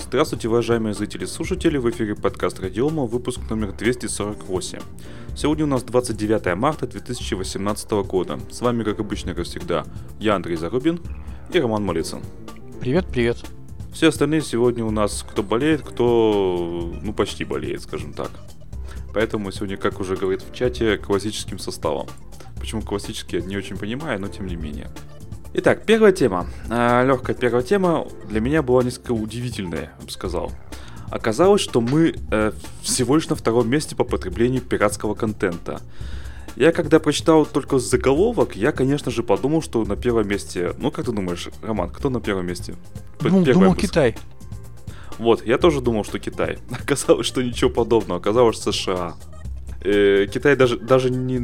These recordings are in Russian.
Здравствуйте, уважаемые зрители и слушатели, в эфире подкаст Радиома, выпуск номер 248. Сегодня у нас 29 марта 2018 года. С вами, как обычно, как всегда, я Андрей Зарубин и Роман Малицын. Привет. Все остальные сегодня у нас кто болеет, кто, почти болеет, скажем так. Поэтому сегодня, как уже говорит в чате, классическим составом. Почему классический, я не очень понимаю, но тем не менее. Итак, первая тема. Легкая первая тема для меня была несколько удивительная, я бы сказал. Оказалось, что мы всего лишь на втором месте по потреблению пиратского контента. Я когда прочитал только заголовок, я, конечно же, подумал, что на первом месте... Как ты думаешь, Роман, кто на первом месте? Думал Китай. Вот, я тоже думал, что Китай. Оказалось, что ничего подобного. Оказалось, США. Китай даже не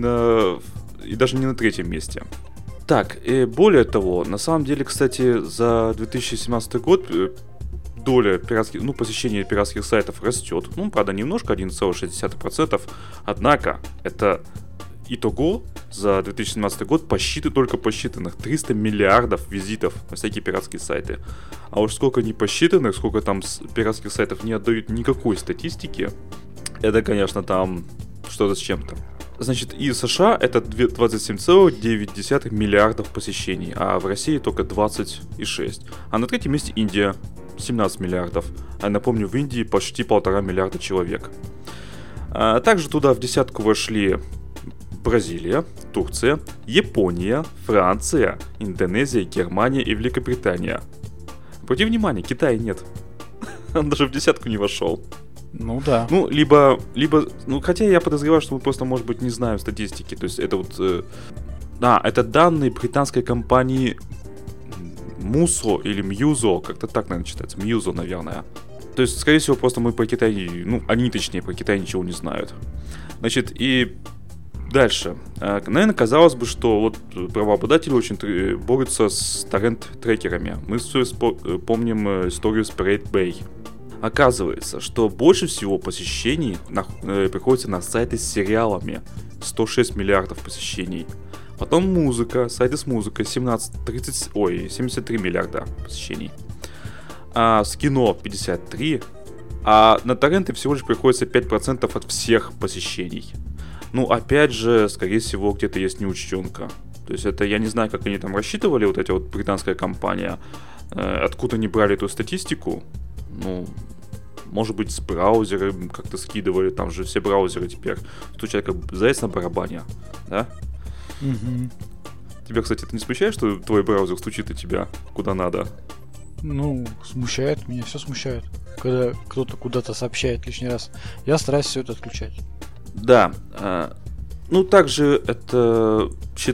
на третьем месте. Так, и более того, на самом деле, кстати, за 2017 год доля посещения пиратских сайтов растет. Правда, немножко, 1,6%. Однако, это итого за 2017 год только посчитанных 300 миллиардов визитов на всякие пиратские сайты. А уж сколько не посчитанных, сколько там пиратских сайтов не отдают никакой статистики, это, конечно, там что-то с чем-то. Значит, и в США это 27,9 миллиардов посещений, а в России только 20,6. А на третьем месте Индия, 17 миллиардов. А напомню, в Индии почти 1,5 миллиарда человек. Также туда в десятку вошли Бразилия, Турция, Япония, Франция, Индонезия, Германия и Великобритания. Обрати внимание, Китая нет. Он даже в десятку не вошел. Да. Либо, хотя я подозреваю, что мы просто, может быть, не знаем статистики. То есть это это данные британской компании Muso или Muso, как-то так, наверное, читается. Muso, наверное. То есть, скорее всего, просто мы про Китай, они, точнее, про Китай ничего не знают. Значит, и дальше. Наверное, казалось бы, что правообладатели очень борются с торрент-трекерами. Мы все помним историю с Pirate Bay. Оказывается, что больше всего посещений приходится на сайты с сериалами. 106 миллиардов посещений. Потом музыка, сайты с музыкой 73 миллиарда посещений. А с кино 53. А на торренты всего лишь приходится 5% от всех посещений. Опять же, скорее всего, где-то есть неучтенка. То есть это, я не знаю, как они там рассчитывали, эта британская компания. Откуда они брали эту статистику. Может быть, с браузера как-то скидывали. Там же все браузеры теперь стучат как заяц на барабане. Да? Угу. Тебя, кстати, это не смущает, что твой браузер стучит от тебя куда надо? Смущает. Меня все смущает. Когда кто-то куда-то сообщает лишний раз. Я стараюсь все это отключать. Да. Также это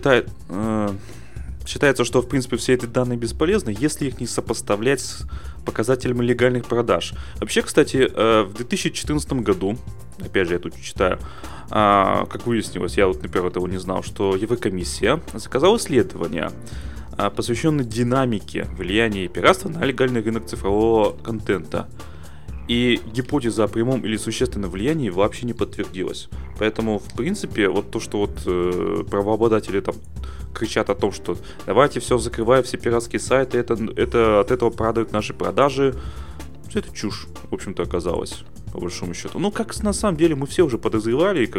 считается, что, в принципе, все эти данные бесполезны, если их не сопоставлять с показателями легальных продаж. Вообще, кстати, в 2014 году, опять же, я тут читаю, как выяснилось, я например, этого не знал, что Еврокомиссия заказала исследование, посвященное динамике влияния пиратства на легальный рынок цифрового контента. И гипотеза о прямом или существенном влиянии вообще не подтвердилась. Поэтому, в принципе, то, что правообладатели там кричат о том, что давайте все закрываем, все пиратские сайты, это от этого падают наши продажи, все это чушь, в общем-то, оказалось, по большому счету. Как на самом деле мы все уже подозревали,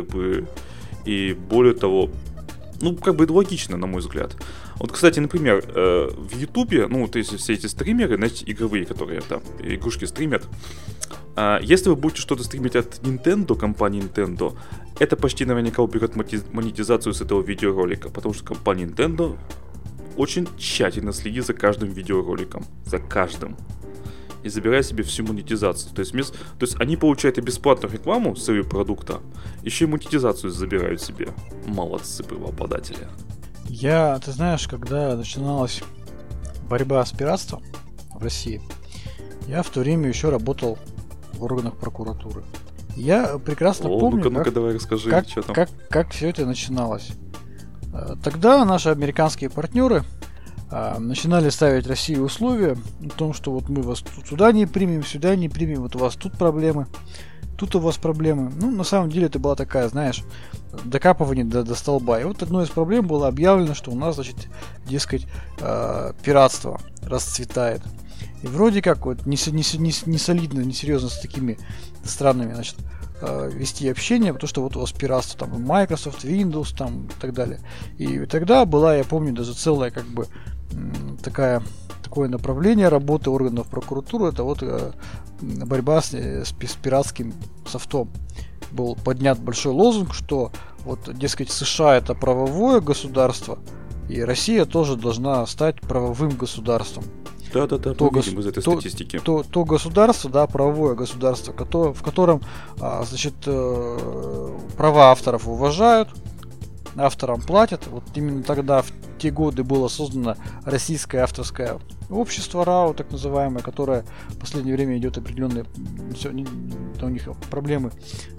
и более того, логично, на мой взгляд. Кстати, например, в Ютубе, если все эти стримеры, игровые, которые там игрушки стримят, если вы будете что-то стримить от Nintendo, компании Nintendo, это почти наверняка уберет монетизацию с этого видеоролика, потому что компания Nintendo очень тщательно следит за каждым видеороликом, за каждым, и забирает себе всю монетизацию. То есть они получают и бесплатную рекламу своего продукта, еще и монетизацию забирают себе. Молодцы правообладатели. Ты знаешь, когда начиналась борьба с пиратством в России, я в то время еще работал в органах прокуратуры. Я прекрасно помню, давай расскажи, что там. Как все это начиналось. Тогда наши американские партнеры начинали ставить России условия о том, что мы вас сюда не примем, сюда не примем, у вас тут проблемы, тут у вас проблемы. На самом деле это была такая, знаешь, докапывание до столба. И одной из проблем было объявлено, что у нас, дескать, пиратство расцветает. И вроде как вот не солидно, не серьезно с такими странами, значит, вести общение, потому что вот у вас пиратство, там, Microsoft, Windows, там, и так далее. И тогда была, я помню, даже целая, как бы, такое направление работы органов прокуратуры, это вот борьба с пиратским софтом. Был поднят большой лозунг, что вот, дескать, США это правовое государство, и Россия тоже должна стать правовым государством. Да, мы видим из этой статистики. То государство, да, правовое государство, в котором, значит, права авторов уважают, авторам платят. Вот именно тогда, в те годы, было создано Российское авторское общество РАО, так называемое, которое в последнее время идет определенные, у них проблемы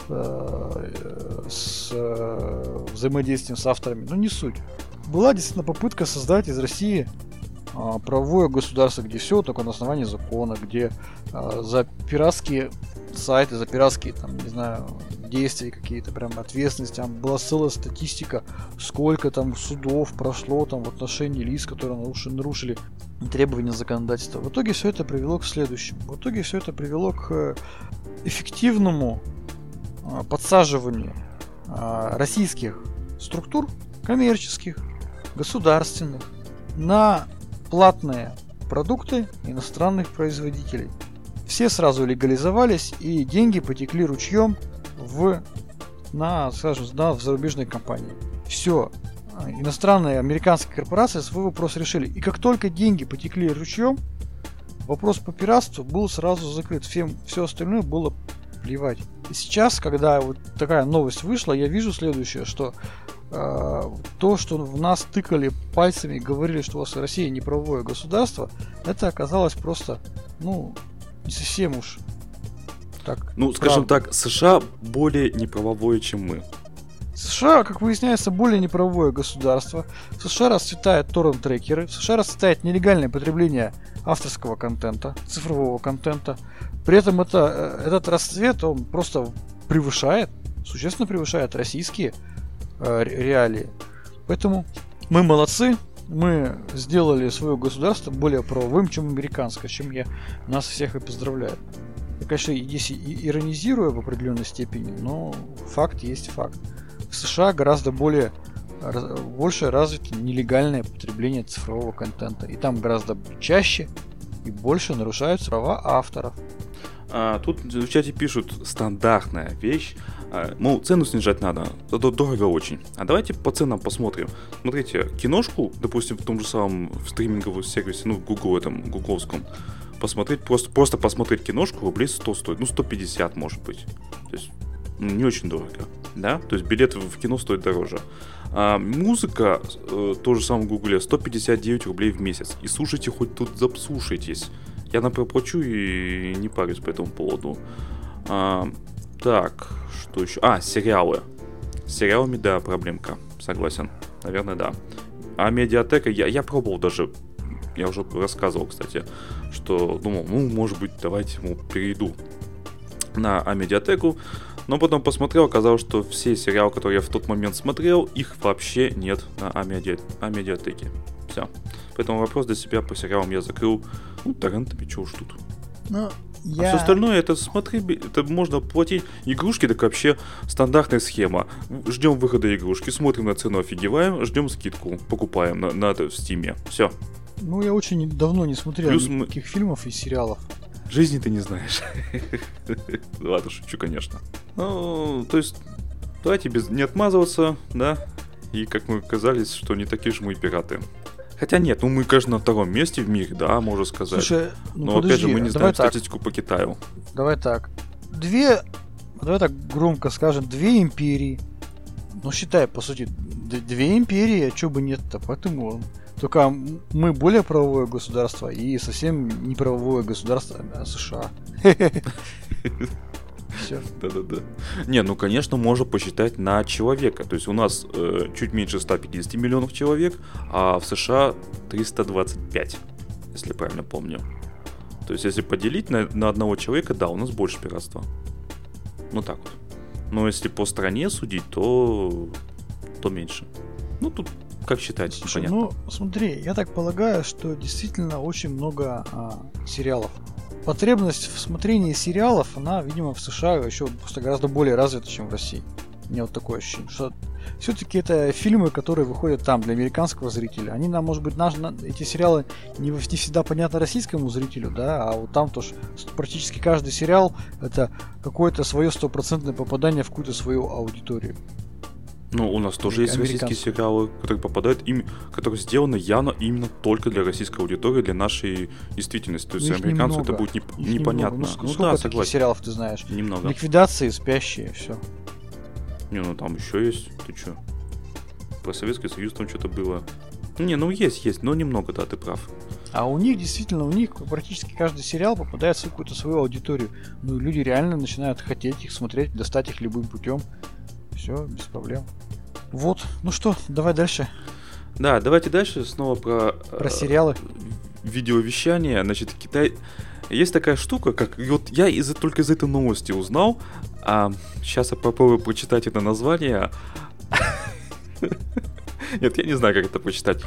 с взаимодействием с авторами, но не суть. Была действительно попытка создать из России правовое государство, где все только на основании закона, где за пиратские сайты, за пиратские, там, не знаю, действия какие-то, прям ответственности, там была целая статистика, сколько там судов прошло там в отношении лиц, которые нарушили требования законодательства. В итоге все это привело к следующему. В итоге все это привело к эффективному подсаживанию российских структур, коммерческих, государственных, на платные продукты иностранных производителей. Все сразу легализовались, и деньги потекли ручьем в зарубежные компании. Все. Иностранные американские корпорации свой вопрос решили. И как только деньги потекли ручьем, вопрос по пиратству был сразу закрыт. Все остальное было плевать. И сейчас, когда вот такая новость вышла, я вижу следующее, что то, что в нас тыкали пальцами и говорили, что у вас Россия не правовое государство, это оказалось просто, не совсем уж так. Скажем так, США более неправовое, чем мы. США, как выясняется, более неправовое государство. В США расцветают торрент-трекеры, в США расцветает нелегальное потребление авторского контента, цифрового контента. При этом этот расцвет, он просто существенно превышает российские реалии. Поэтому мы молодцы, мы сделали свое государство более правовым, чем американское, с чем я нас всех и поздравляю. Я, конечно, здесь иронизирую в определенной степени, но факт есть факт. В США гораздо больше развито нелегальное потребление цифрового контента. И там гораздо чаще и больше нарушаются права авторов. Тут в чате пишут стандартная вещь. Мол, цену снижать надо, это дорого очень. А давайте по ценам посмотрим. Смотрите, киношку, допустим, в том же самом стриминговом сервисе, в Google, гугловском, посмотреть, просто посмотреть киношку рублей 100 стоит, 150 может быть. То есть не очень дорого, да? То есть билет в кино стоит дороже. А музыка, то же самое в Гугле, 159 рублей в месяц. И слушайте, хоть тут запслушайтесь. Я, например, плачу и не парюсь по этому поводу. Так, что еще? Сериалы. С сериалами, да, проблемка. Согласен. Наверное, да. А медиатека, я пробовал даже. Я уже рассказывал, кстати, что думал, может быть, давайте перейду на медиатеку. Но потом посмотрел, оказалось, что все сериалы, которые я в тот момент смотрел, их вообще нет на медиатеке. Все. Поэтому вопрос для себя по сериалам я закрыл. Торрентами, чего уж тут. А все остальное, это можно платить. Игрушки, так вообще стандартная схема. Ждем выхода игрушки, смотрим на цену, офигеваем, ждем скидку, покупаем в Стиме. Все. Я очень давно не смотрел никаких фильмов и сериалов. Жизни ты не знаешь. Ладно, шучу, конечно. То есть, давайте не отмазываться, да? И как мы оказались, что не такие же мы и пираты. Хотя нет, мы, конечно, на втором месте в мире, да, можно сказать. Слушай, но подожди, опять же, мы не знаем статистику по Китаю. Давай так. Давай так громко скажем, 2 империи. Считай, по сути, 2 империи, а чё бы нет-то. Поэтому только мы более правовое государство и совсем не правовое государство, США. Все. Да. Не, конечно, можно посчитать на человека. То есть у нас чуть меньше 150 миллионов человек, а в США 325, если правильно помню. То есть если поделить на одного человека, да, у нас больше пиратства. Так вот. Но если по стране судить, то меньше. Тут Как считать? Слушай, Непонятно. ну смотри, я так полагаю, что действительно очень много сериалов. Потребность в смотрении сериалов, она, видимо, в США еще просто гораздо более развита, чем в России. У меня вот такое ощущение, что все-таки это фильмы, которые выходят там для американского зрителя. Они нам, может быть, эти сериалы не всегда понятны российскому зрителю, да, а вот там тоже практически каждый сериал это какое-то свое стопроцентное попадание в какую-то свою аудиторию. Ну, у нас тоже есть российские сериалы, которые попадают, которые сделаны явно именно только для российской аудитории, для нашей действительности. То есть американцу это будет непонятно. Ну, сколько таких сериалов ты знаешь? Немного. Ликвидации, спящие, все. Не, ну там еще есть. Ты че? Про Советский Союз там что-то было. Не, ну есть, но немного, да, ты прав. А у них практически каждый сериал попадает в какую-то свою аудиторию. Ну, люди реально начинают хотеть их смотреть, достать их любым путем. Все, без проблем. Вот, ну что, давай дальше. Да, давайте дальше снова про сериалы. Видеовещание. Значит, Китай... Есть такая штука, как... Вот я только из этой новости узнал. Сейчас я попробую прочитать это название. Нет, я не знаю, как это прочитать.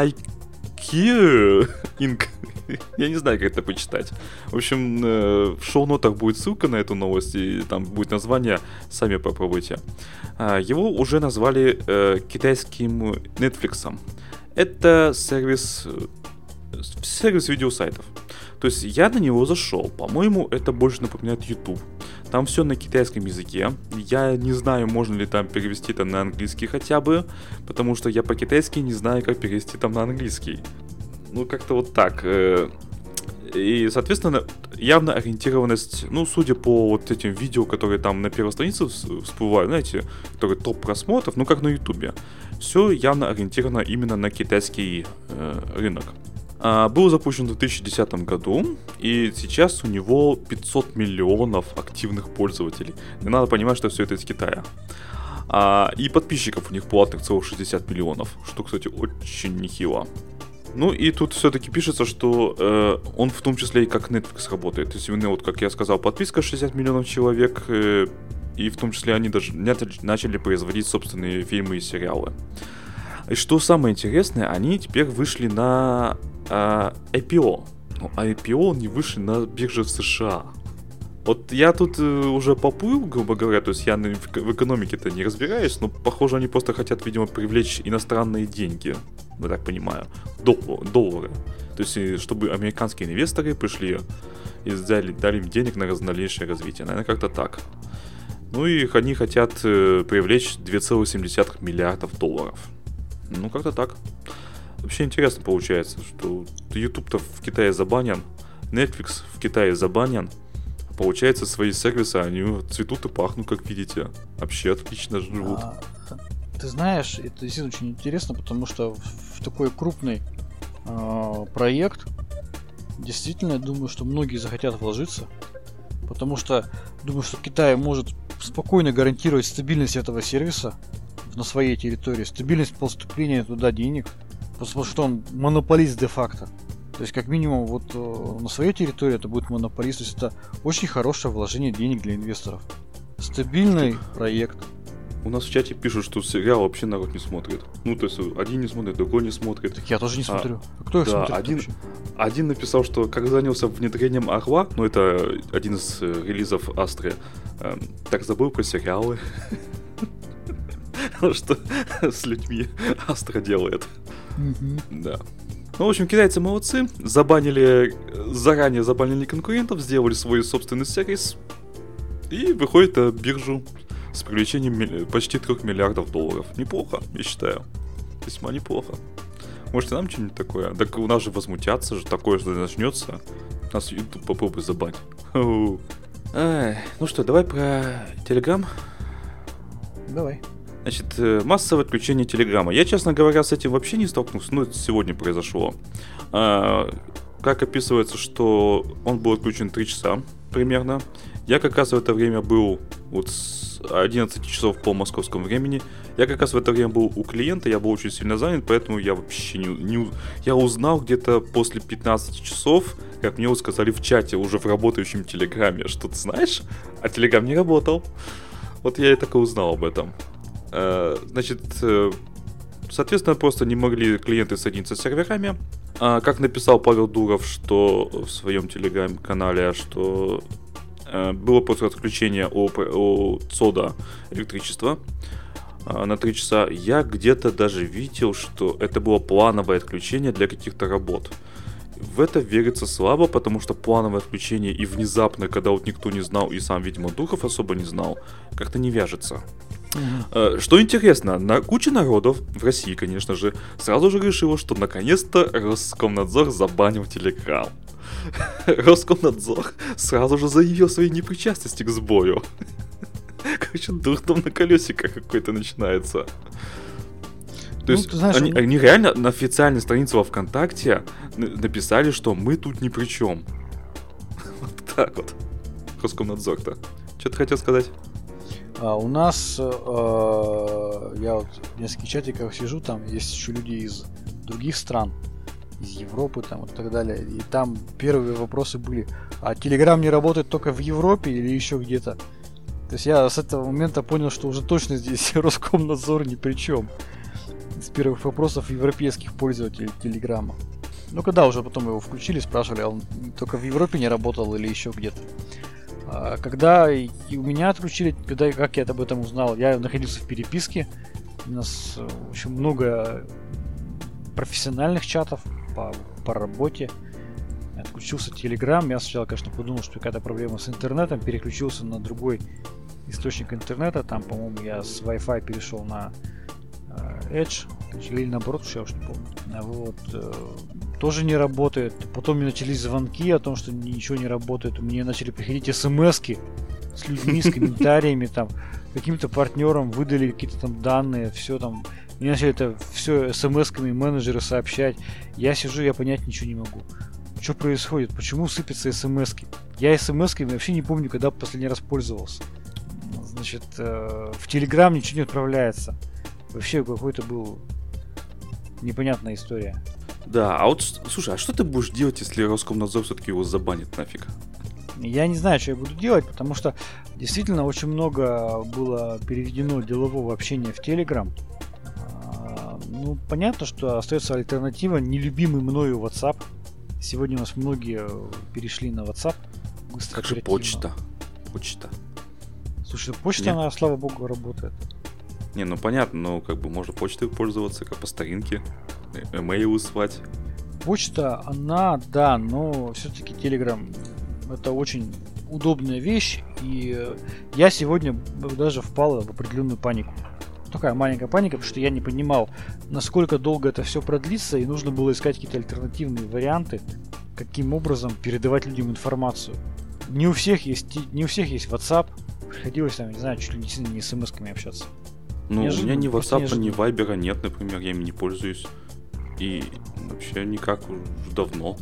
IQ Inc. Я не знаю, как это почитать. В общем, в шоу-нотах будет ссылка на эту новость, и там будет название, сами попробуйте. Его уже назвали китайским Netflix. Это сервис видеосайтов. То есть я на него зашел. По-моему, это больше напоминает YouTube. Там все на китайском языке. Я не знаю, можно ли там перевести это на английский хотя бы, потому что я по-китайски не знаю, как перевести там на английский. Ну, как-то вот так. И, соответственно, явно ориентированность, ну, судя по вот этим видео, которые там на первой странице всплывают, знаете, которые топ просмотров, ну, как на Ютубе, все явно ориентировано именно на китайский рынок. Был запущен в 2010 году, и сейчас у него 500 миллионов активных пользователей. Не надо понимать, что все это из Китая. И подписчиков у них платных целых 60 миллионов, что, кстати, очень нехило. Ну и тут все-таки пишется, что он в том числе и как Netflix работает. То есть, вот как я сказал, подписка 60 миллионов человек, и в том числе они даже начали производить собственные фильмы и сериалы. И что самое интересное, они теперь вышли на IPO. Но IPO не вышли на бирже в США. Вот я тут уже поплыл, грубо говоря, то есть я в экономике-то не разбираюсь, но похоже они просто хотят, видимо, привлечь иностранные деньги, я так понимаю, доллары. То есть чтобы американские инвесторы пришли и дали им денег на дальнейшее развитие, наверное, как-то так. Ну и они хотят привлечь 2,7 миллиардов долларов. Ну, как-то так. Вообще интересно получается, что YouTube-то в Китае забанен, Netflix в Китае забанен. Получается, свои сервисы, они цветут и пахнут, как видите. Вообще отлично живут. Ты знаешь, это действительно очень интересно, потому что в такой крупный проект действительно, я думаю, что многие захотят вложиться. Потому что, думаю, что Китай может спокойно гарантировать стабильность этого сервиса на своей территории, стабильность поступления туда денег, потому что он монополист де-факто. То есть, как минимум, вот на своей территории это будет монополист. То есть, это очень хорошее вложение денег для инвесторов. Стабильный проект. У нас в чате пишут, что сериал вообще народ не смотрит. Ну, то есть, один не смотрит, другой не смотрит. Так я тоже не смотрю. Кто их смотрит? Один написал, что как занялся внедрением Орла, ну, это один из релизов Астры, так забыл про сериалы. Что с людьми Астра делает. Да. Ну, в общем, китайцы молодцы. Заранее забанили конкурентов, сделали свой собственный сервис и выходит на биржу с привлечением почти 3 миллиардов долларов. Неплохо, я считаю. Весьма неплохо. Может, и нам что-нибудь такое? Так у нас же возмутятся же, такое что начнется. Нас YouTube попробуй забанить. Ну что, давай про Telegram. Давай. Значит, массовое отключение Телеграма. Я, честно говоря, с этим вообще не столкнулся, но это сегодня произошло. Как описывается, что он был отключен 3 часа примерно. Я как раз в это время был вот с 11 часов по московскому времени. Я как раз в это время был у клиента, я был очень сильно занят, поэтому я вообще не... Я узнал где-то после 15 часов, как мне вот сказали в чате, уже в работающем Телеграме, что ты знаешь, а Телеграм не работал. Вот я и так и узнал об этом. Значит, Соответственно, просто не могли клиенты соединиться с серверами. Как написал Павел Дуров, что в своем телеграм-канале, что было просто отключение у ЦОДа электричества на 3 часа. Я где-то даже видел, что это было плановое отключение для каких-то работ. В это верится слабо, потому что плановое отключение и внезапно, когда вот никто не знал, и сам, видимо, Дуров особо не знал, как-то не вяжется. Что интересно, куча народов в России, конечно же, сразу же решила, что наконец-то Роскомнадзор забанил Telegram. Роскомнадзор сразу же заявил о своей непричастности к сбою. Короче, дурдом на колесиках какой-то начинается. То есть знаешь, они реально на официальной странице во ВКонтакте написали, что мы тут ни при чем. Вот так вот. Роскомнадзор-то. Что ты хотел сказать? У нас, я вот в нескольких чатиках сижу, там есть еще люди из других стран, из Европы там и так далее. И там первые вопросы были: а Telegram не работает только в Европе или еще где-то? То есть я с этого момента понял, что уже точно здесь Роскомнадзор ни при чем. Из первых вопросов европейских пользователей Телеграма. Ну, когда уже потом его включили, спрашивали, а он только в Европе не работал или еще где-то. Когда и у меня отключили, когда, как я об этом узнал, я находился в переписке. У нас очень много профессиональных чатов по работе. Отключился Telegram. Я сначала, конечно, подумал, что какая-то проблема с интернетом. Переключился на другой источник интернета. Там, по-моему, я с Wi-Fi перешел на Edge. Или наоборот, я уж не помню. Вот. Тоже не работает. Потом мне начались звонки о том, что ничего не работает. Мне начали приходить смс-ки с людьми, с комментариями, там, каким-то партнерам выдали какие-то там данные, все там. Мне начали это все смс-ками менеджеры сообщать. Я сижу, я понять ничего не могу. Что происходит? Почему сыпятся смс-ки? Я смс-ками вообще не помню, когда последний раз пользовался. Значит, в Telegram ничего не отправляется. Вообще какой-то был непонятная история. Да, а вот, слушай, а что ты будешь делать, если Роскомнадзор все-таки его забанит нафиг? Я не знаю, что я буду делать, потому что действительно очень много было переведено делового общения в Telegram. Ну, понятно, что остается альтернатива, нелюбимый мною WhatsApp. Сегодня у нас многие перешли на WhatsApp. Быстро, как же почта? Почта. Слушай, почта, она, слава богу, работает. Не, ну понятно, но как бы можно почтой пользоваться, как по старинке, имейлы слать. Почта, она, да, но все-таки Telegram это очень удобная вещь, и я сегодня даже впал в определенную панику. Такая маленькая паника, потому что я не понимал, насколько долго это все продлится, и нужно было искать какие-то альтернативные варианты, каким образом передавать людям информацию. Не у всех есть WhatsApp, приходилось там, не знаю, чуть ли не смс-ками общаться. Ну, у меня ни WhatsApp, ни Viber нет, например, я им не пользуюсь. И вообще никак уже давно.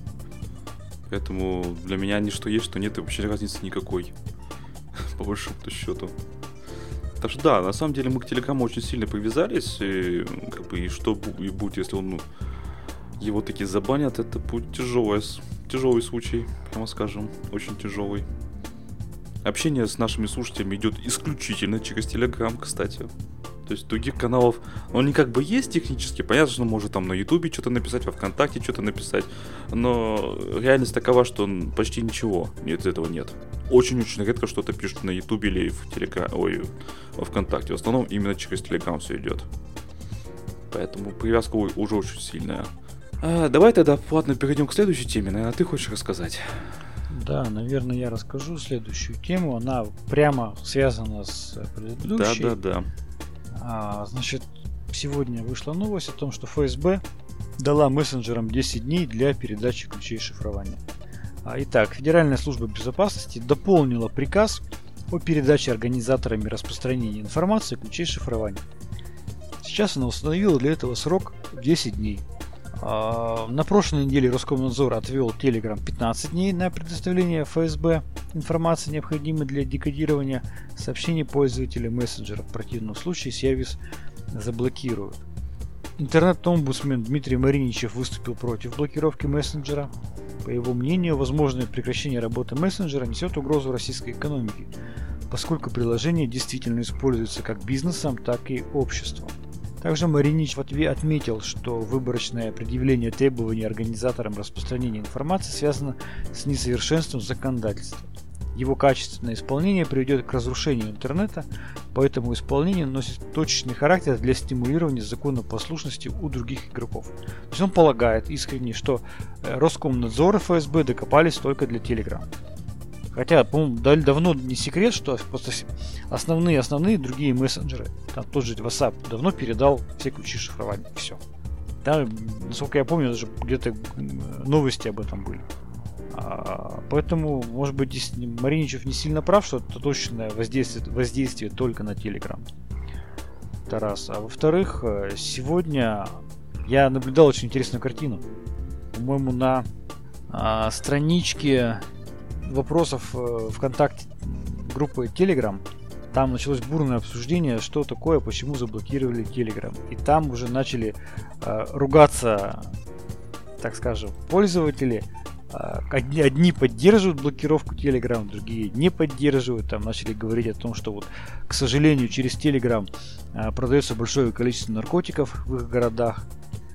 Поэтому для меня ничто есть, что нет, и вообще разницы никакой. По большому счету. Так что да, на самом деле мы к Телеграму очень сильно привязались. И, как бы, и что и будет, если он его таки забанят, это будет тяжелый случай, прямо скажем. Очень тяжелый. Общение с нашими слушателями идет исключительно через Telegram, кстати. То есть других каналов, они как бы есть технически, понятно, что он может там на Ютубе что-то написать, во ВКонтакте что-то написать, но реальность такова, что почти ничего из этого нет. Очень-очень редко что-то пишут на Ютубе или в во ВКонтакте. В основном именно через Telegram все идет. Поэтому привязка уже очень сильная. Давай тогда плавно перейдем к следующей теме. Наверное, ты хочешь рассказать? Да, наверное, я расскажу следующую тему. Она прямо связана с предыдущей. Да. Значит, сегодня вышла новость о том, что ФСБ дала мессенджерам 10 дней для передачи ключей шифрования. Итак, Федеральная служба безопасности дополнила приказ о передаче организаторами распространения информации ключей шифрования. Сейчас она установила для этого срок 10 дней. На прошлой неделе Роскомнадзор отвел Telegram 15 дней на предоставление ФСБ информации, необходимой для декодирования сообщений пользователя мессенджера. В противном случае сервис заблокируют. Интернет-омбудсмен Дмитрий Мариничев выступил против блокировки мессенджера. По его мнению, возможное прекращение работы мессенджера несет угрозу российской экономике, поскольку приложение действительно используется как бизнесом, так и обществом. Также Маринич отметил, что выборочное предъявление требований организаторам распространения информации связано с несовершенством законодательства. Его качественное исполнение приведет к разрушению интернета, поэтому исполнение носит точечный характер для стимулирования законопослушности у других игроков. То есть он полагает искренне, что Роскомнадзор и ФСБ докопались только для Telegram. Хотя, по-моему, давно не секрет, что просто основные другие мессенджеры, там тот же WhatsApp, давно передал все ключи шифрования. Все. Да, насколько я помню, даже где-то новости об этом были. Поэтому, может быть, здесь Мариничев не сильно прав, что это точное воздействие только на Telegram. Это раз. А во-вторых, сегодня я наблюдал очень интересную картину. По-моему, на страничке вопросов ВКонтакте группы Telegram там началось бурное обсуждение, что такое, почему заблокировали Telegram. И там уже начали ругаться, так скажем, пользователи. Одни поддерживают блокировку Telegram, другие не поддерживают. Там начали говорить о том, что вот, к сожалению, через Telegram продается большое количество наркотиков в их городах,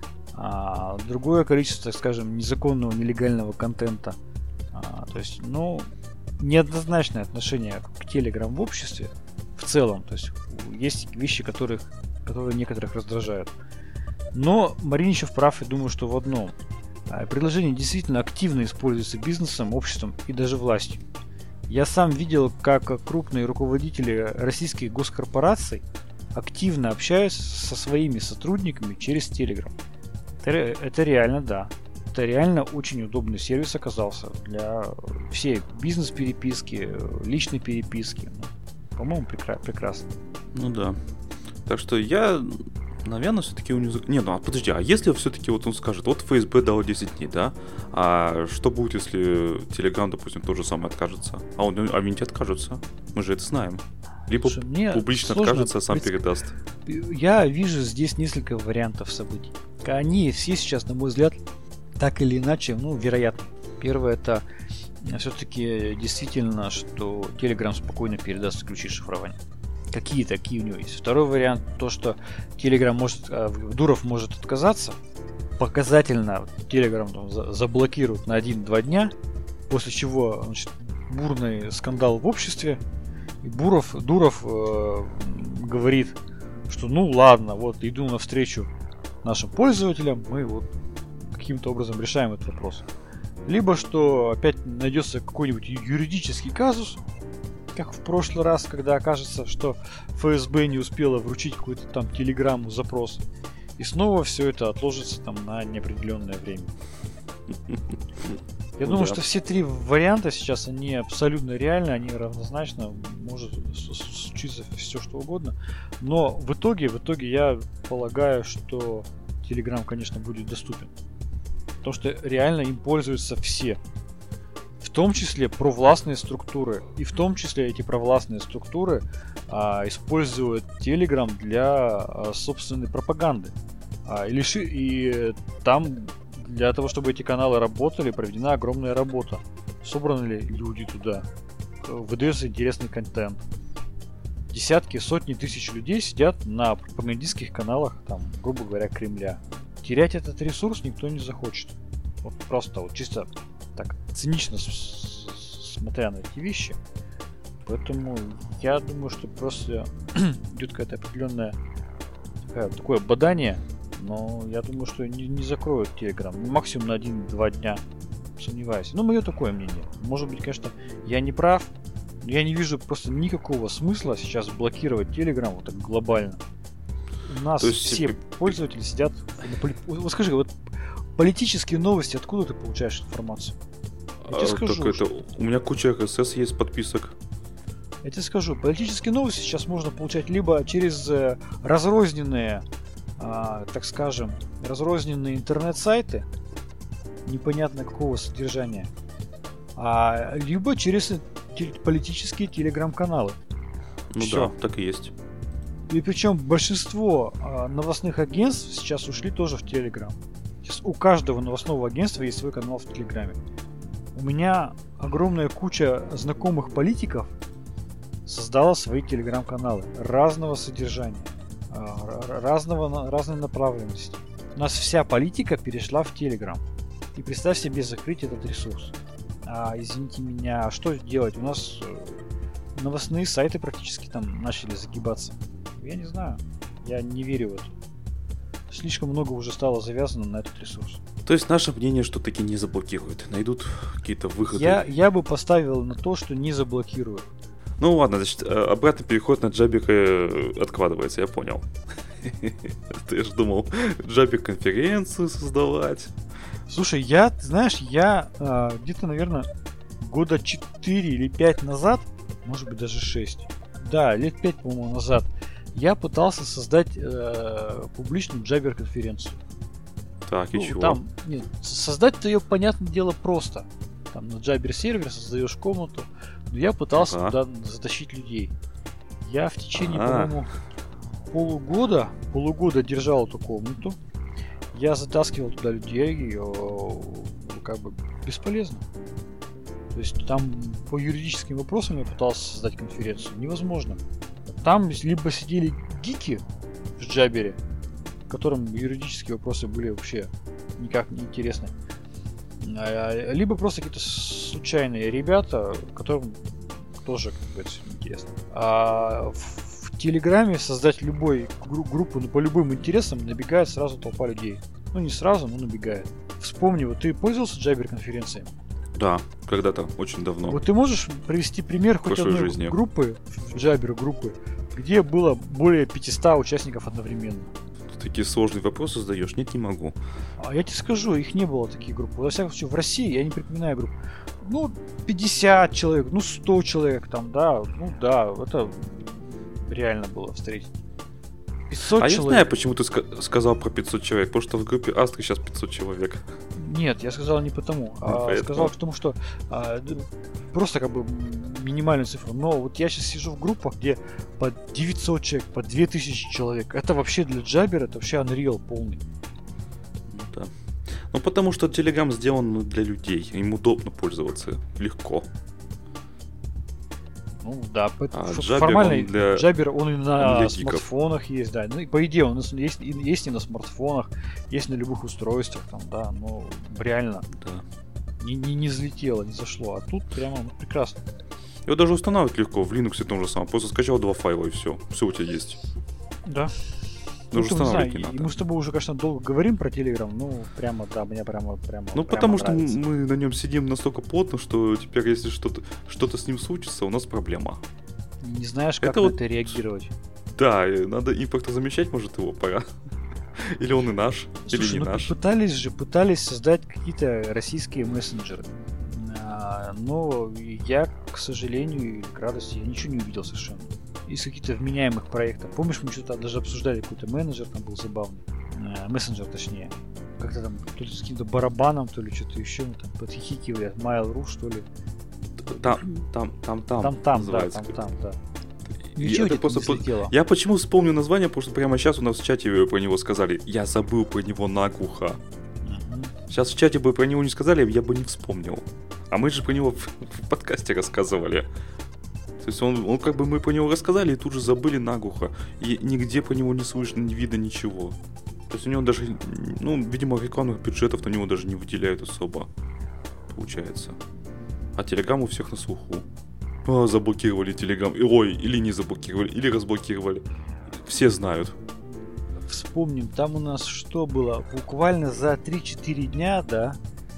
другое количество, так скажем, незаконного, нелегального контента. То есть, неоднозначное отношение к Telegram в обществе в целом. То есть, есть вещи, которые некоторых раздражают. Но Мариничев прав, я думаю, что в одном. Приложение действительно активно используется бизнесом, обществом и даже властью. Я сам видел, как крупные руководители российских госкорпораций активно общаются со своими сотрудниками через Telegram. Это реально, да. Это реально очень удобный сервис оказался для всей бизнес-переписки, личной переписки. По-моему, прекрасно. Ну да. Так что я, наверное, все-таки у него... Не, подожди, а если все-таки вот он скажет, вот ФСБ дал 10 дней, да? А что будет, если Telegram, допустим, то же самое откажется? А ведь откажутся. Мы же это знаем. Либо публично откажется, а сам передаст. Я вижу здесь несколько вариантов событий. Они все сейчас, на мой взгляд, так или иначе, вероятно. Первое, это все-таки действительно, что Telegram спокойно передаст ключи шифрования. Какие такие у него есть. Второй вариант, то, что Дуров может отказаться, показательно Telegram заблокируют на 1-2 дня, после чего, бурный скандал в обществе, и Дуров говорит, что ладно, вот иду навстречу нашим пользователям, мы вот каким-то образом решаем этот вопрос. Либо что опять найдется какой-нибудь юридический казус, как в прошлый раз, когда окажется, что ФСБ не успела вручить какую-то там телеграмму запрос, и снова все это отложится там на неопределенное время. Я думаю, что все три варианта сейчас, они абсолютно реальны, они равнозначно, может случиться все что угодно. Но в итоге я полагаю, что Telegram, конечно, будет доступен. Потому что реально им пользуются все. В том числе провластные структуры. И в том числе эти провластные структуры используют Telegram для собственной пропаганды. И там для того, чтобы эти каналы работали, проведена огромная работа. Собраны ли люди туда? Выдается интересный контент. Десятки, сотни тысяч людей сидят на пропагандистских каналах, там, грубо говоря, Кремля. Терять этот ресурс никто не захочет. Вот просто вот чисто так цинично смотря на эти вещи. Поэтому я думаю, что просто идет какое-то определенное такое бадание. Но я думаю, что не закроют Telegram. Максимум на 1-2 дня. Сомневаюсь. Но мое такое мнение. Может быть, конечно, я не прав. Но я не вижу просто никакого смысла сейчас блокировать Telegram вот так глобально. У нас все пользователи сидят... Вот скажи, вот политические новости, откуда ты получаешь информацию? Я тебе скажу, у меня куча RSS есть подписок. Я тебе скажу, политические новости сейчас можно получать либо через разрозненные, так скажем, разрозненные интернет-сайты, непонятно какого содержания, либо через политические телеграм-каналы. Ну Всё. Да, так и есть. И причем большинство новостных агентств сейчас ушли тоже в Telegram. Сейчас у каждого новостного агентства есть свой канал в Телеграме. У меня огромная куча знакомых политиков создала свои телеграм-каналы разного содержания, разной направленности. У нас вся политика перешла в Telegram. И представь себе закрыть этот ресурс. Извините меня, что делать? У нас новостные сайты практически там начали загибаться. Я не знаю. Я не верю в это. Слишком много уже стало завязано на этот ресурс. То есть наше мнение, что таки не заблокируют. Найдут какие-то выходы. Я бы поставил на то, что не заблокируют. Ну ладно, значит, обратный переход на Джабика откладывается, я понял. Ты же думал, Джабик конференцию создавать. Слушай, я где-то, наверное, года 4 или 5 назад, может быть даже 6, да, лет 5, по-моему, назад, я пытался создать публичную Jabber конференцию. Так, и чего? Там, создать-то ее, понятное дело, просто. Там на Jabber сервере создаешь комнату, но я пытался туда затащить людей. Я в течение, по-моему, полугода держал эту комнату. Я затаскивал туда людей, и как бы бесполезно. То есть там по юридическим вопросам я пытался создать конференцию. Невозможно. Там либо сидели гики в Джабере, которым юридические вопросы были вообще никак не интересны, либо просто какие-то случайные ребята, которым тоже, как бы, это интересно. А в Телеграме создать любую группу по любым интересам набегает сразу толпа людей. Ну не сразу, но набегает. Вспомни, вот ты пользовался Jabber конференцией? Да, когда-то, очень давно. Вот ты можешь привести пример хоть одной жизни. группы, Jabber группы, где было более 500 участников одновременно? Ты такие сложные вопросы задаешь? Нет, не могу. А я тебе скажу, их не было таких групп. Во всяком случае, в России я не припоминаю групп. Ну, 50 человек, 100 человек там, да. Ну да, это реально было встретить. 500 человек. Я знаю, почему ты сказал про 500 человек, потому что в группе Астры сейчас 500 человек. Нет, я сказал не потому. Сказал потому, что просто как бы минимальную цифру. Но вот я сейчас сижу в группах, где по 900 человек, по 2000 человек. Это вообще для Jabber, это вообще Unreal полный. Да. Ну потому что Telegram сделан для людей, им удобно пользоваться, легко. Ну да, Jabber, формально Jabber он и на смартфонах есть, да. Ну и по идее он есть и на смартфонах, есть на любых устройствах, там, да, но реально не взлетело, не зашло. А тут прямо прекрасно. Его даже устанавливать легко, в Linux том же самом. Просто скачал 2 файла и все у тебя есть. Да. Даже устанавливать не и надо. мы с тобой уже, конечно, долго говорим про Telegram, ну, прямо, да, мне прямо Ну, потому что нравится. мы на нем сидим настолько плотно, что теперь, если что-то с ним случится, у нас проблема. Не знаешь, как это на вот... это реагировать. Да, надо импортозамещать, может, его пора. Или он и наш, Слушай, или не наш. Пытались создать какие-то российские мессенджеры. Но я, к сожалению, и к радости, я ничего не увидел совершенно. Из каких-то вменяемых проектов. Помнишь, мы что-то даже обсуждали, какой-то менеджер там был забавный. Мессенджер, точнее. Как-то там, то ли с каким-то барабаном, то ли что-то еще. Мы там подхихикивали от Mail.ru, что ли. Там, называется. Да. Ничего не взлетело. Я почему вспомню название, потому что прямо сейчас у нас в чате про него сказали. Я забыл про него наглухо. Сейчас в чате бы про него не сказали, я бы не вспомнил. А мы же про него в подкасте рассказывали. То есть он как бы мы про него рассказали и тут же забыли наглухо. И нигде про него не слышно, не видно ничего. То есть у него даже, видимо, рекламных бюджетов на него даже не выделяют особо. Получается. А Telegram у всех на слуху. Заблокировали Telegram. Или не заблокировали, или разблокировали. Все знают. Вспомним, там у нас что было? Буквально за 3-4 дня, да,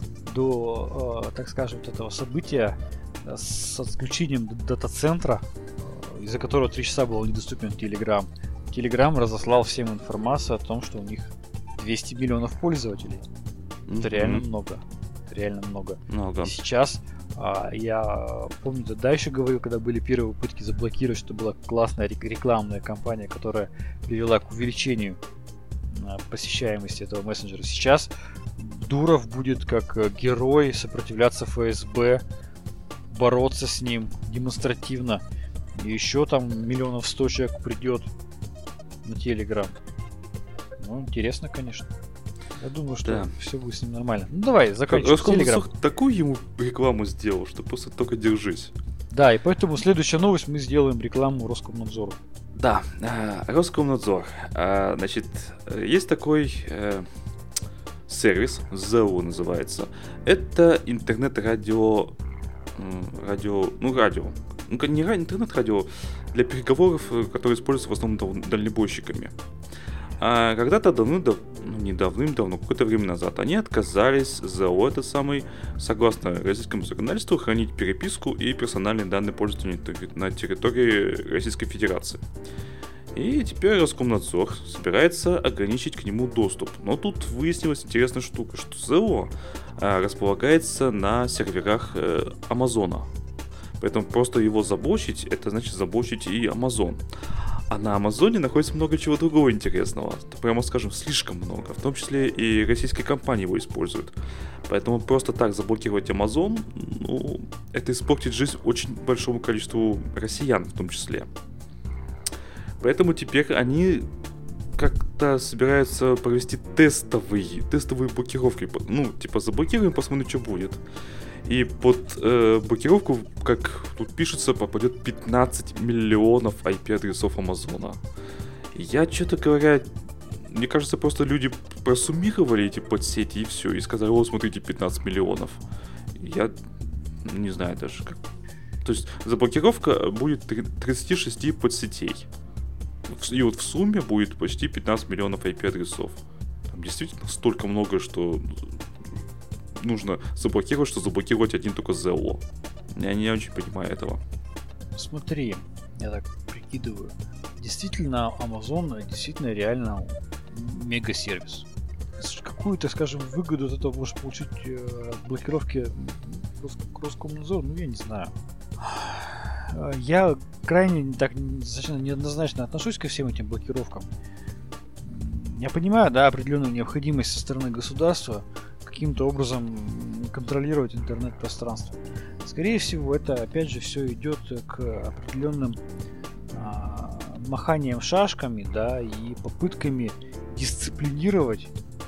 до, так скажем, вот этого события с отключением дата-центра, из-за которого 3 часа был недоступен Telegram. Telegram разослал всем информацию о том, что у них 200 миллионов пользователей. Это реально много. Реально много. И сейчас, я помню, тогда еще говорил, когда были первые попытки заблокировать, что была классная рекламная кампания, которая привела к увеличению посещаемости этого мессенджера. Сейчас Дуров будет как герой сопротивляться ФСБ, бороться с ним демонстративно. И еще там миллионов 100 человек придет на Telegram. Ну, интересно, конечно. Я думаю, что все будет с ним нормально. Ну, давай, закончим с Telegram. Такую ему рекламу сделал, что просто только держись. Да, и поэтому следующая новость, мы сделаем рекламу Роскомнадзору. Да, Роскомнадзор. Значит, есть такой сервис, ЗЭО называется. Это интернет-радио, радио. Не интернет-радио для переговоров, которые используются в основном дальнобойщиками. А когда-то не давным-давно, какое-то время назад, они отказались, ЗАО это самый, согласно российскому законодательству, хранить переписку и персональные данные пользователей на территории Российской Федерации. И теперь Роскомнадзор собирается ограничить к нему доступ. Но тут выяснилась интересная штука, что ЗАО располагается на серверах Амазона. Поэтому просто его заблочить, это значит заблочить и Амазон. А на Амазоне находится много чего другого интересного. Прямо скажем, слишком много. В том числе и российские компании его используют. Поэтому просто так заблокировать Амазон, это испортит жизнь очень большому количеству россиян в том числе. Поэтому теперь они как-то собираются провести тестовые блокировки. Заблокируем, посмотрим, что будет. И под блокировку, как тут пишется, попадет 15 миллионов IP-адресов Амазона. Я, что-то говоря, мне кажется, просто люди просуммировали эти подсети и все, и сказали: о, смотрите, 15 миллионов. Я не знаю даже как. То есть заблокировка будет 36 подсетей. И вот в сумме будет почти 15 миллионов IP-адресов. Там действительно столько много, что нужно заблокировать, что заблокировать один только ЗАО. Я не очень понимаю этого. Смотри, я так прикидываю. Действительно, Amazon действительно реально мега-сервис. Какую-то, скажем, выгоду от этого можешь получить блокировки Роскомнадзор, я не знаю. Я крайне так достаточно неоднозначно отношусь ко всем этим блокировкам. Я понимаю, да, определенную необходимость со стороны государства каким-то образом контролировать интернет-пространство. Скорее всего, это опять же все идет к определенным маханиям шашками, да, и попытками дисциплинировать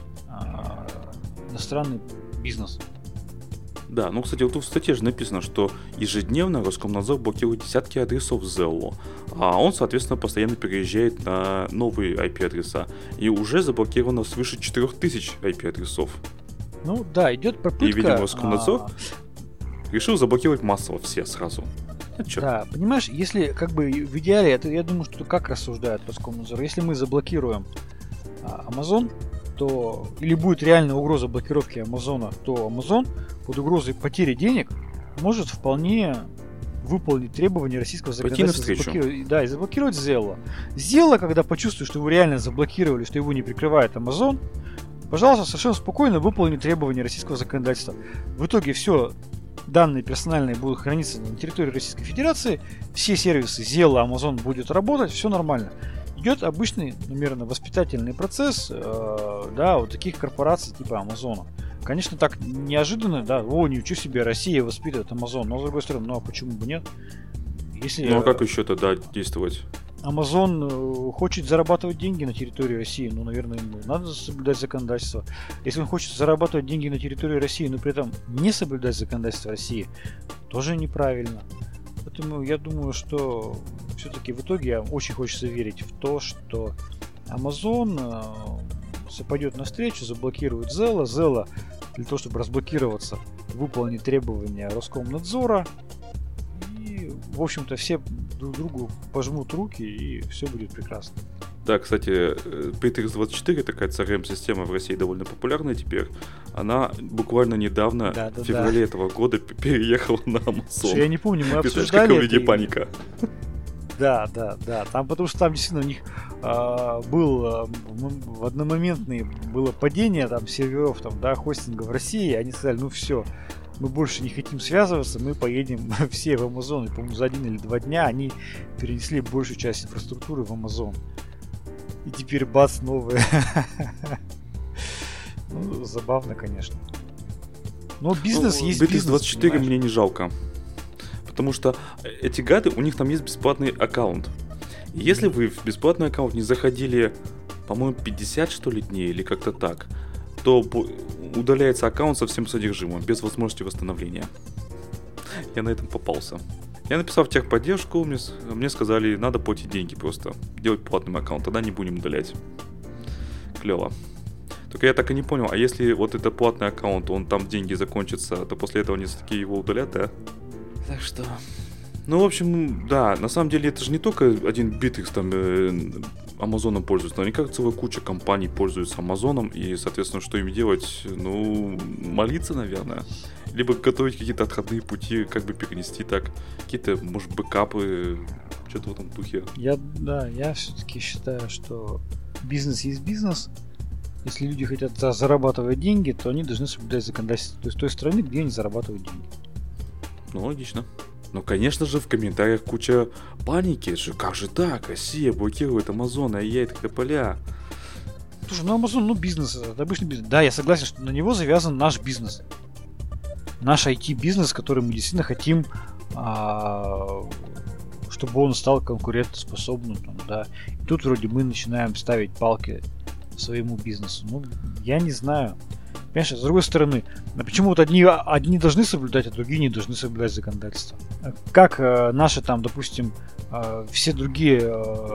иностранный бизнес. Да, кстати, вот тут в статье же написано, что ежедневно Роскомнадзор блокирует десятки адресов ЗАО, а он, соответственно, постоянно переезжает на новые IP-адреса, и уже заблокировано свыше 4000 IP-адресов. Да, идет попытка. И, видимо, Роскомнадзор решил заблокировать массово все сразу. Да, понимаешь, если как бы в идеале, это я думаю, что как рассуждает Роскомнадзор, если мы заблокируем Amazon, то или будет реальная угроза блокировки Амазона, то Amazon под угрозой потери денег может вполне выполнить требования российского законодательства и заблокировать Zelle. Zelle, когда почувствует, что его реально заблокировали, что его не прикрывает Amazon, пожалуйста, совершенно спокойно выполнит требования российского законодательства. В итоге все данные персональные будут храниться на территории Российской Федерации, все сервисы Zelle, Amazon будет работать, все нормально. Идет обычный, наверное, воспитательный процесс, вот таких корпораций типа Амазона. Конечно, так неожиданно, да, ничего себе, Россия воспитывает Амазон, но с другой стороны, а почему бы нет? Если, а как еще тогда действовать? Amazon хочет зарабатывать деньги на территории России, наверное, ему надо соблюдать законодательство. Если он хочет зарабатывать деньги на территории России, но при этом не соблюдать законодательство России, тоже неправильно. Поэтому я думаю, что все-таки в итоге очень хочется верить в то, что Amazon пойдет навстречу, заблокирует Zelle. Zelle для того, чтобы разблокироваться, выполнит требования Роскомнадзора. И, в общем-то, все друг другу пожмут руки, и все будет прекрасно. Да, кстати, PTX24, такая CRM-система в России довольно популярная теперь. Она буквально недавно, в феврале этого года, переехала на Amazon. Я не помню, мы обсуждали какая у людей паника. Да. Там, потому что там действительно у них в одномоментное было падение там серверов, хостинга в России. Они сказали, все, мы больше не хотим связываться, мы поедем все в Amazon. И, по-моему, за 1 или 2 дня они перенесли большую часть инфраструктуры в Amazon. И теперь бац, новые. Забавно, конечно. Но бизнес есть бизнес. PTX24 мне не жалко. Потому что эти гады, у них там есть бесплатный аккаунт. И если вы в бесплатный аккаунт не заходили, по-моему, 50 что ли дней или как-то так, то удаляется аккаунт со всем содержимым, без возможности восстановления. Я на этом попался. Я написал в техподдержку, мне сказали, надо платить деньги просто. Делать платный аккаунт, тогда не будем удалять. Клево. Только я так и не понял, а если вот это платный аккаунт, он там деньги закончатся, то после этого они все-таки его удалят, да? Так что... Ну, в общем, да, на самом деле это же не только один Bittrex там Амазоном пользуется, но они как целая куча компаний пользуются Амазоном, и, соответственно, что им делать? Ну, молиться, наверное. Либо готовить какие-то отходные пути, как бы перенести так, какие-то, может, бэкапы, что-то в этом духе. Я все-таки считаю, что бизнес есть бизнес. Если люди хотят зарабатывать деньги, то они должны соблюдать законодательство той страны, где они зарабатывают деньги. Ну, логично. Ну, конечно же, в комментариях куча паники. Как же так? Россия блокирует Амазон, ай-яй, тополя. Слушай, ну Амазон, бизнес, это обычный бизнес. Да, я согласен, что на него завязан наш бизнес. Наш IT-бизнес, который мы действительно хотим, чтобы он стал конкурентоспособным. Да. И тут вроде мы начинаем ставить палки своему бизнесу. Ну, я не знаю. Понимаешь, с другой стороны, почему вот одни должны соблюдать, а другие не должны соблюдать законодательство? Как наши там, допустим, все другие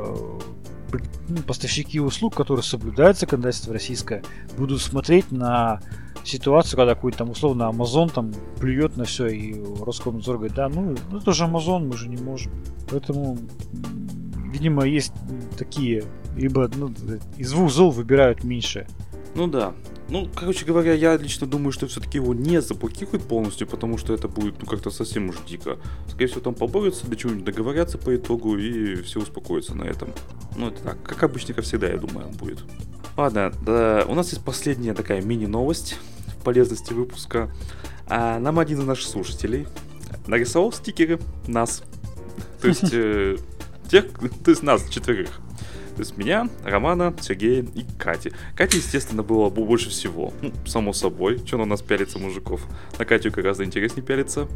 поставщики услуг, которые соблюдают законодательство российское, будут смотреть на ситуацию, когда какой-то там условно Amazon там плюет на все, и Роскомнадзор говорит, да, ну это же Amazon, мы же не можем. Поэтому, видимо, есть такие, либо из двух зол выбирают меньшее. Ну да. Ну, короче говоря, я лично думаю, что все-таки его не заблокируют полностью, потому что это будет, как-то совсем уж дико. Скорее всего, там поборются, до чего-нибудь договорятся по итогу, и все успокоятся на этом. Ну, это так, как обычно, как всегда, я думаю, будет. Ладно, у нас есть последняя такая мини-новость в полезности выпуска. Нам один из наших слушателей нарисовал стикеры нас. То есть, нас, четверых. То есть меня, Романа, Сергея и Кати. Катя, естественно, было больше всего. Ну, само собой. Что на нас пялится, мужиков? На Катю гораздо интереснее пялится.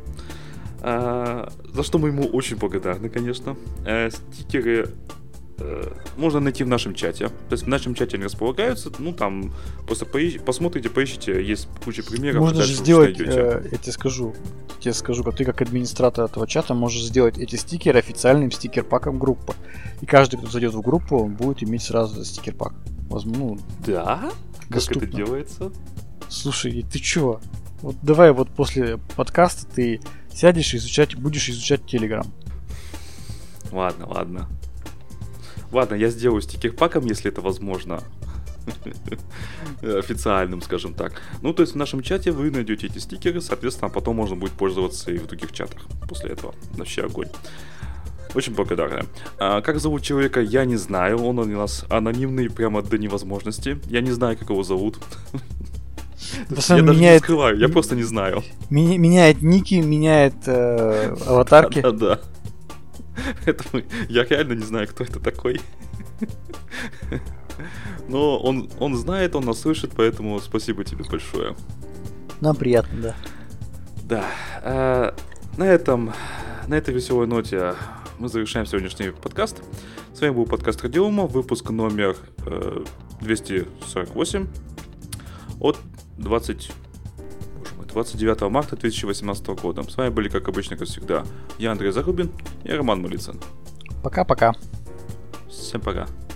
За что мы ему очень благодарны, конечно. Стикеры можно найти в нашем чате. То есть в нашем чате они располагаются. Ну, там просто посмотрите, поищите. Есть куча примеров. Можно же сделать, я тебе скажу, как ты как администратор этого чата можешь сделать эти стикеры официальным стикер-паком группы. И каждый, кто зайдет в группу, он будет иметь сразу стикер-пак. Возможно, да? Доступно. Как это делается? Слушай, ты чё? Вот давай вот после подкаста ты сядешь и будешь изучать Telegram. Ладно. Ладно, я сделаю стикер-паком, если это возможно. Официальным, скажем так. Ну, то есть в нашем чате вы найдете эти стикеры, соответственно, потом можно будет пользоваться и в других чатах после этого. Вообще огонь. Очень благодарен. Как зовут человека, я не знаю. Он у нас анонимный прямо до невозможности. Я не знаю, как его зовут. Я даже не скрываю, я просто не знаю. Меняет ники, меняет аватарки. Да. Я реально не знаю, кто это такой. Но он знает, он нас слышит, поэтому спасибо тебе большое. Нам приятно, да. Да. На этой веселой ноте мы завершаем сегодняшний подкаст. С вами был подкаст Радиома, выпуск номер 248 от 29 марта 2018 года. С вами были, как обычно, как всегда, я Андрей Зарубин и Роман Малицын. Пока-пока. Всем пока.